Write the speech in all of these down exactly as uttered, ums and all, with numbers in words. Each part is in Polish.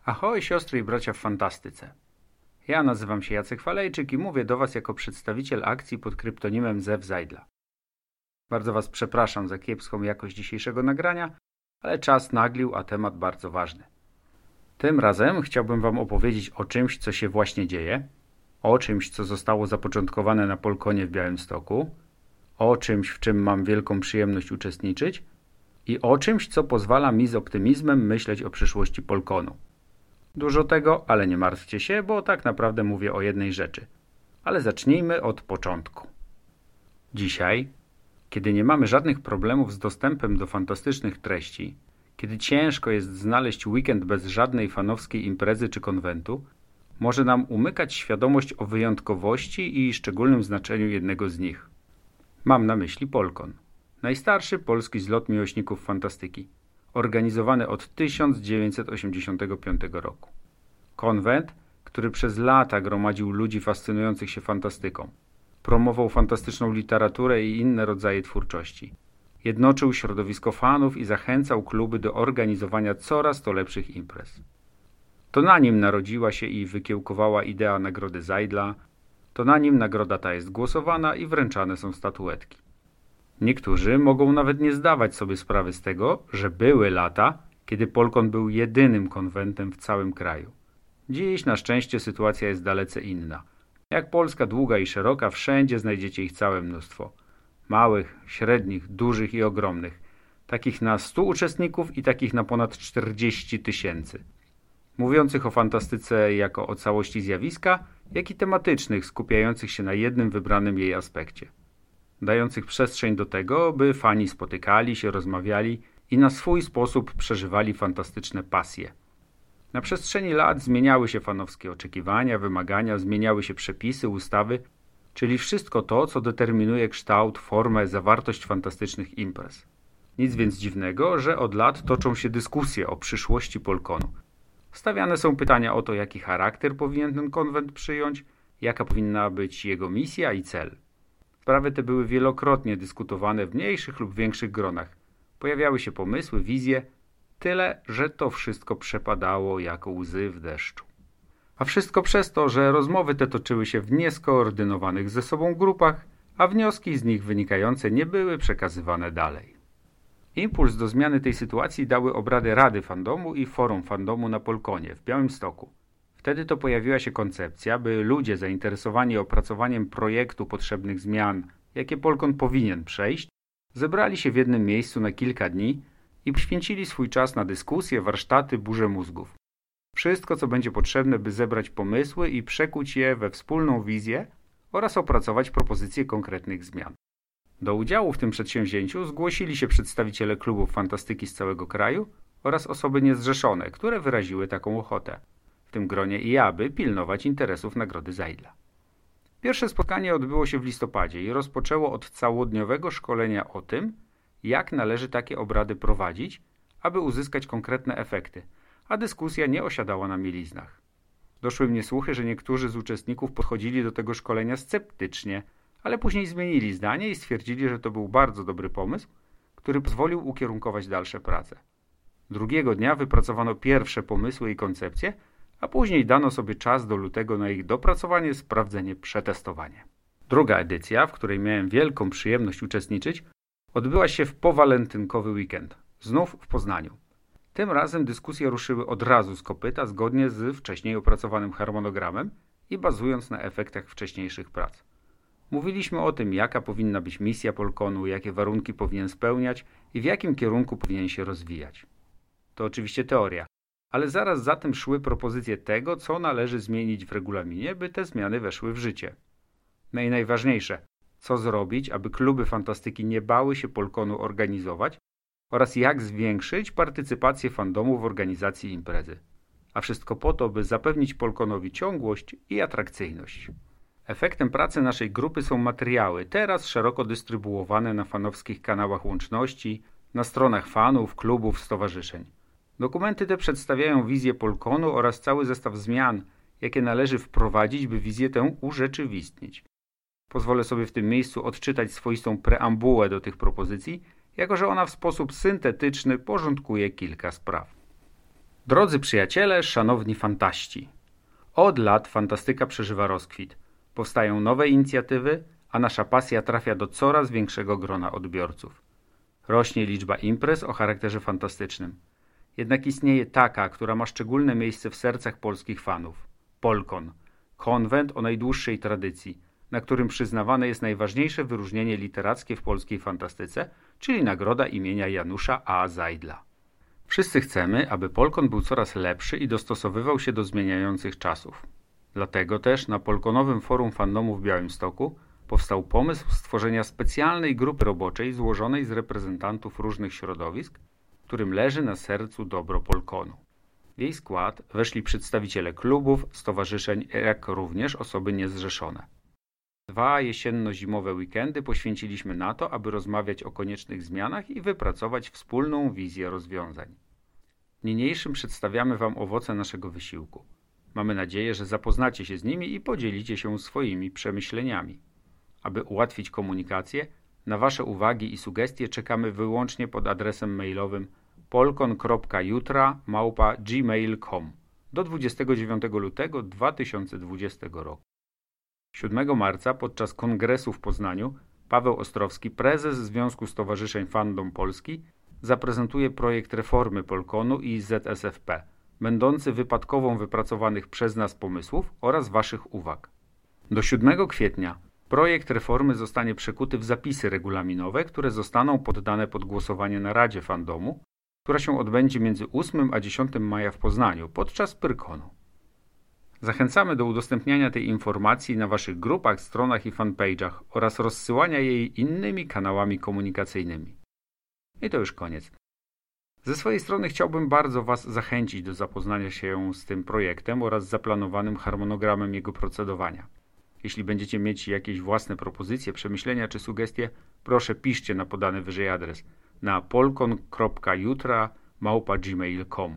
Ahoj, siostry i bracia w fantastyce. Ja nazywam się Jacek Falejczyk i mówię do Was jako przedstawiciel akcji pod kryptonimem Zew Zajdla. Bardzo Was przepraszam za kiepską jakość dzisiejszego nagrania, ale czas naglił, a temat bardzo ważny. Tym razem chciałbym Wam opowiedzieć o czymś, co się właśnie dzieje, o czymś, co zostało zapoczątkowane na Polkonie w Białymstoku, o czymś, w czym mam wielką przyjemność uczestniczyć i o czymś, co pozwala mi z optymizmem myśleć o przyszłości Polkonu. Dużo tego, ale nie martwcie się, bo tak naprawdę mówię o jednej rzeczy. Ale zacznijmy od początku. Dzisiaj, kiedy nie mamy żadnych problemów z dostępem do fantastycznych treści, kiedy ciężko jest znaleźć weekend bez żadnej fanowskiej imprezy czy konwentu, może nam umykać świadomość o wyjątkowości i szczególnym znaczeniu jednego z nich. Mam na myśli Polkon. Najstarszy polski zlot miłośników fantastyki. Organizowany od tysiąc dziewięćset osiemdziesiątego piątego roku. Konwent, który przez lata gromadził ludzi fascynujących się fantastyką. Promował fantastyczną literaturę i inne rodzaje twórczości. Jednoczył środowisko fanów i zachęcał kluby do organizowania coraz to lepszych imprez. To na nim narodziła się i wykiełkowała idea Nagrody Zajdla, to na nim nagroda ta jest głosowana i wręczane są statuetki. Niektórzy mogą nawet nie zdawać sobie sprawy z tego, że były lata, kiedy Polkon był jedynym konwentem w całym kraju. Dziś na szczęście sytuacja jest dalece inna. Jak Polska długa i szeroka, wszędzie znajdziecie ich całe mnóstwo. Małych, średnich, dużych i ogromnych. Takich na stu uczestników i takich na ponad czterdzieści tysięcy. Mówiących o fantastyce jako o całości zjawiska, jak i tematycznych, skupiających się na jednym wybranym jej aspekcie. Dających przestrzeń do tego, by fani spotykali się, rozmawiali i na swój sposób przeżywali fantastyczne pasje. Na przestrzeni lat zmieniały się fanowskie oczekiwania, wymagania, zmieniały się przepisy, ustawy, czyli wszystko to, co determinuje kształt, formę, zawartość fantastycznych imprez. Nic więc dziwnego, że od lat toczą się dyskusje o przyszłości Polkonu. Stawiane są pytania o to, jaki charakter powinien ten konwent przyjąć, jaka powinna być jego misja i cel. Sprawy te były wielokrotnie dyskutowane w mniejszych lub większych gronach. Pojawiały się pomysły, wizje, tyle, że to wszystko przepadało jak łzy w deszczu. A wszystko przez to, że rozmowy te toczyły się w nieskoordynowanych ze sobą grupach, a wnioski z nich wynikające nie były przekazywane dalej. Impuls do zmiany tej sytuacji dały obrady Rady Fandomu i Forum Fandomu na Polkonie w Białymstoku. Wtedy to pojawiła się koncepcja, by ludzie zainteresowani opracowaniem projektu potrzebnych zmian, jakie Polkon powinien przejść, zebrali się w jednym miejscu na kilka dni i poświęcili swój czas na dyskusje, warsztaty, burzę mózgów. Wszystko, co będzie potrzebne, by zebrać pomysły i przekuć je we wspólną wizję oraz opracować propozycje konkretnych zmian. Do udziału w tym przedsięwzięciu zgłosili się przedstawiciele klubów fantastyki z całego kraju oraz osoby niezrzeszone, które wyraziły taką ochotę. W tym gronie i ja, by pilnować interesów Nagrody Zajdla. Pierwsze spotkanie odbyło się w listopadzie i rozpoczęło od całodniowego szkolenia o tym, jak należy takie obrady prowadzić, aby uzyskać konkretne efekty, a dyskusja nie osiadała na mieliznach. Doszły mnie słuchy, że niektórzy z uczestników podchodzili do tego szkolenia sceptycznie, ale później zmienili zdanie i stwierdzili, że to był bardzo dobry pomysł, który pozwolił ukierunkować dalsze prace. Drugiego dnia wypracowano pierwsze pomysły i koncepcje, a później dano sobie czas do lutego na ich dopracowanie, sprawdzenie, przetestowanie. Druga edycja, w której miałem wielką przyjemność uczestniczyć, odbyła się w powalentynkowy weekend, znów w Poznaniu. Tym razem dyskusje ruszyły od razu z kopyta, zgodnie z wcześniej opracowanym harmonogramem i bazując na efektach wcześniejszych prac. Mówiliśmy o tym, jaka powinna być misja Polkonu, jakie warunki powinien spełniać i w jakim kierunku powinien się rozwijać. To oczywiście teoria, ale zaraz za tym szły propozycje tego, co należy zmienić w regulaminie, by te zmiany weszły w życie. No i najważniejsze, co zrobić, aby kluby fantastyki nie bały się Polkonu organizować oraz jak zwiększyć partycypację fandomu w organizacji imprezy. A wszystko po to, by zapewnić Polkonowi ciągłość i atrakcyjność. Efektem pracy naszej grupy są materiały, teraz szeroko dystrybuowane na fanowskich kanałach łączności, na stronach fanów, klubów, stowarzyszeń. Dokumenty te przedstawiają wizję Polkonu oraz cały zestaw zmian, jakie należy wprowadzić, by wizję tę urzeczywistnić. Pozwolę sobie w tym miejscu odczytać swoistą preambułę do tych propozycji, jako że ona w sposób syntetyczny porządkuje kilka spraw. Drodzy przyjaciele, szanowni fantaści. Od lat fantastyka przeżywa rozkwit. Powstają nowe inicjatywy, a nasza pasja trafia do coraz większego grona odbiorców. Rośnie liczba imprez o charakterze fantastycznym. Jednak istnieje taka, która ma szczególne miejsce w sercach polskich fanów. Polkon. Konwent o najdłuższej tradycji, na którym przyznawane jest najważniejsze wyróżnienie literackie w polskiej fantastyce, czyli nagroda imienia Janusza A. Zajdla. Wszyscy chcemy, aby Polkon był coraz lepszy i dostosowywał się do zmieniających czasów. Dlatego też na Polkonowym Forum Fandomu w Białymstoku powstał pomysł stworzenia specjalnej grupy roboczej złożonej z reprezentantów różnych środowisk, którym leży na sercu dobro Polkonu. W jej skład weszli przedstawiciele klubów, stowarzyszeń, jak również osoby niezrzeszone. Dwa jesienno-zimowe weekendy poświęciliśmy na to, aby rozmawiać o koniecznych zmianach i wypracować wspólną wizję rozwiązań. Niniejszym przedstawiamy Wam owoce naszego wysiłku. Mamy nadzieję, że zapoznacie się z nimi i podzielicie się swoimi przemyśleniami. Aby ułatwić komunikację, na Wasze uwagi i sugestie czekamy wyłącznie pod adresem mailowym polkon kropka jutra małpa gmail kropka com do dwudziestego dziewiątego lutego dwa tysiące dwudziestego roku. siódmego marca podczas kongresu w Poznaniu Paweł Ostrowski, prezes Związku Stowarzyszeń Fandom Polski, zaprezentuje projekt reformy Polkonu i Z S F P, będący wypadkową wypracowanych przez nas pomysłów oraz Waszych uwag. Do siódmego kwietnia projekt reformy zostanie przekuty w zapisy regulaminowe, które zostaną poddane pod głosowanie na Radzie Fandomu, która się odbędzie między ósmego a dziesiątego maja w Poznaniu podczas Pyrkonu. Zachęcamy do udostępniania tej informacji na Waszych grupach, stronach i fanpage'ach oraz rozsyłania jej innymi kanałami komunikacyjnymi. I to już koniec. Ze swojej strony chciałbym bardzo Was zachęcić do zapoznania się z tym projektem oraz zaplanowanym harmonogramem jego procedowania. Jeśli będziecie mieć jakieś własne propozycje, przemyślenia czy sugestie, proszę piszcie na podany wyżej adres na polkon kropka jutra małpa gmail kropka com.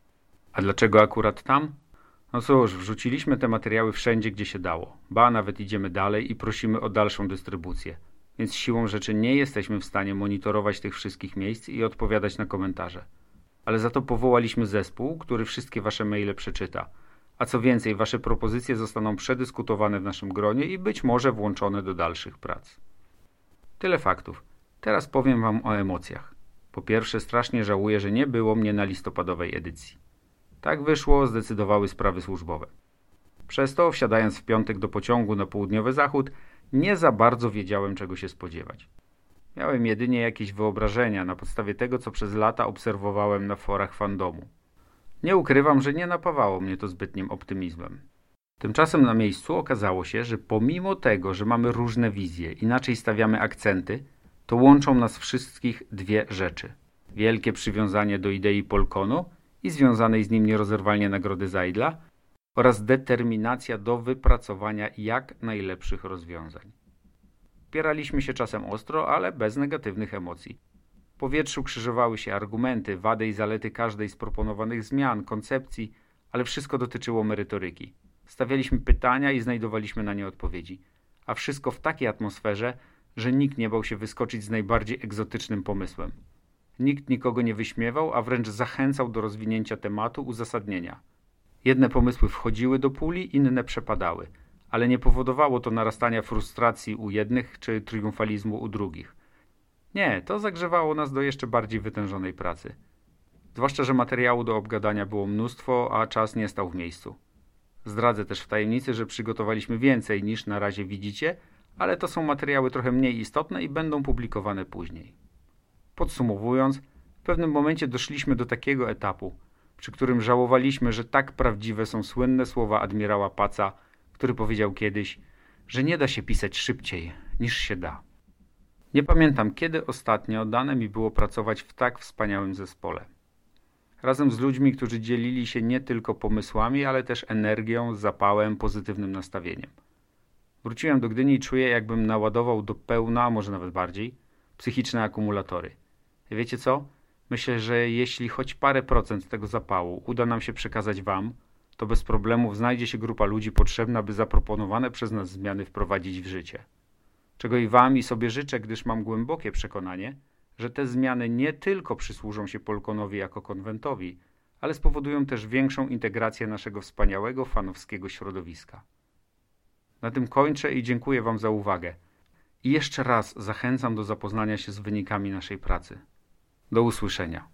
A dlaczego akurat tam? No cóż, wrzuciliśmy te materiały wszędzie, gdzie się dało. Ba, nawet idziemy dalej i prosimy o dalszą dystrybucję. Więc siłą rzeczy nie jesteśmy w stanie monitorować tych wszystkich miejsc i odpowiadać na komentarze. Ale za to powołaliśmy zespół, który wszystkie Wasze maile przeczyta. A co więcej, Wasze propozycje zostaną przedyskutowane w naszym gronie i być może włączone do dalszych prac. Tyle faktów. Teraz powiem Wam o emocjach. Po pierwsze, strasznie żałuję, że nie było mnie na listopadowej edycji. Tak wyszło, zdecydowały sprawy służbowe. Przez to, wsiadając w piątek do pociągu na południowy zachód, nie za bardzo wiedziałem, czego się spodziewać. Miałem jedynie jakieś wyobrażenia na podstawie tego, co przez lata obserwowałem na forach fandomu. Nie ukrywam, że nie napawało mnie to zbytnim optymizmem. Tymczasem na miejscu okazało się, że pomimo tego, że mamy różne wizje, inaczej stawiamy akcenty, to łączą nas wszystkich dwie rzeczy. Wielkie przywiązanie do idei Polkonu i związanej z nim nierozerwalnie nagrody Zajdla oraz determinacja do wypracowania jak najlepszych rozwiązań. Spieraliśmy się czasem ostro, ale bez negatywnych emocji. W powietrzu krzyżowały się argumenty, wady i zalety każdej z proponowanych zmian, koncepcji, ale wszystko dotyczyło merytoryki. Stawialiśmy pytania i znajdowaliśmy na nie odpowiedzi. A wszystko w takiej atmosferze, że nikt nie bał się wyskoczyć z najbardziej egzotycznym pomysłem. Nikt nikogo nie wyśmiewał, a wręcz zachęcał do rozwinięcia tematu, uzasadnienia. Jedne pomysły wchodziły do puli, inne przepadały, ale nie powodowało to narastania frustracji u jednych czy triumfalizmu u drugich. Nie, to zagrzewało nas do jeszcze bardziej wytężonej pracy. Zwłaszcza, że materiału do obgadania było mnóstwo, a czas nie stał w miejscu. Zdradzę też w tajemnicy, że przygotowaliśmy więcej niż na razie widzicie, ale to są materiały trochę mniej istotne i będą publikowane później. Podsumowując, w pewnym momencie doszliśmy do takiego etapu, przy którym żałowaliśmy, że tak prawdziwe są słynne słowa admirała Paca, który powiedział kiedyś, że nie da się pisać szybciej niż się da. Nie pamiętam, kiedy ostatnio dane mi było pracować w tak wspaniałym zespole. Razem z ludźmi, którzy dzielili się nie tylko pomysłami, ale też energią, zapałem, pozytywnym nastawieniem. Wróciłem do Gdyni i czuję, jakbym naładował do pełna, a może nawet bardziej, psychiczne akumulatory. I wiecie co? Myślę, że jeśli choć parę procent tego zapału uda nam się przekazać Wam, to bez problemów znajdzie się grupa ludzi potrzebna, by zaproponowane przez nas zmiany wprowadzić w życie. Czego i Wam i sobie życzę, gdyż mam głębokie przekonanie, że te zmiany nie tylko przysłużą się Polkonowi jako konwentowi, ale spowodują też większą integrację naszego wspaniałego fanowskiego środowiska. Na tym kończę i dziękuję Wam za uwagę. I jeszcze raz zachęcam do zapoznania się z wynikami naszej pracy. Do usłyszenia.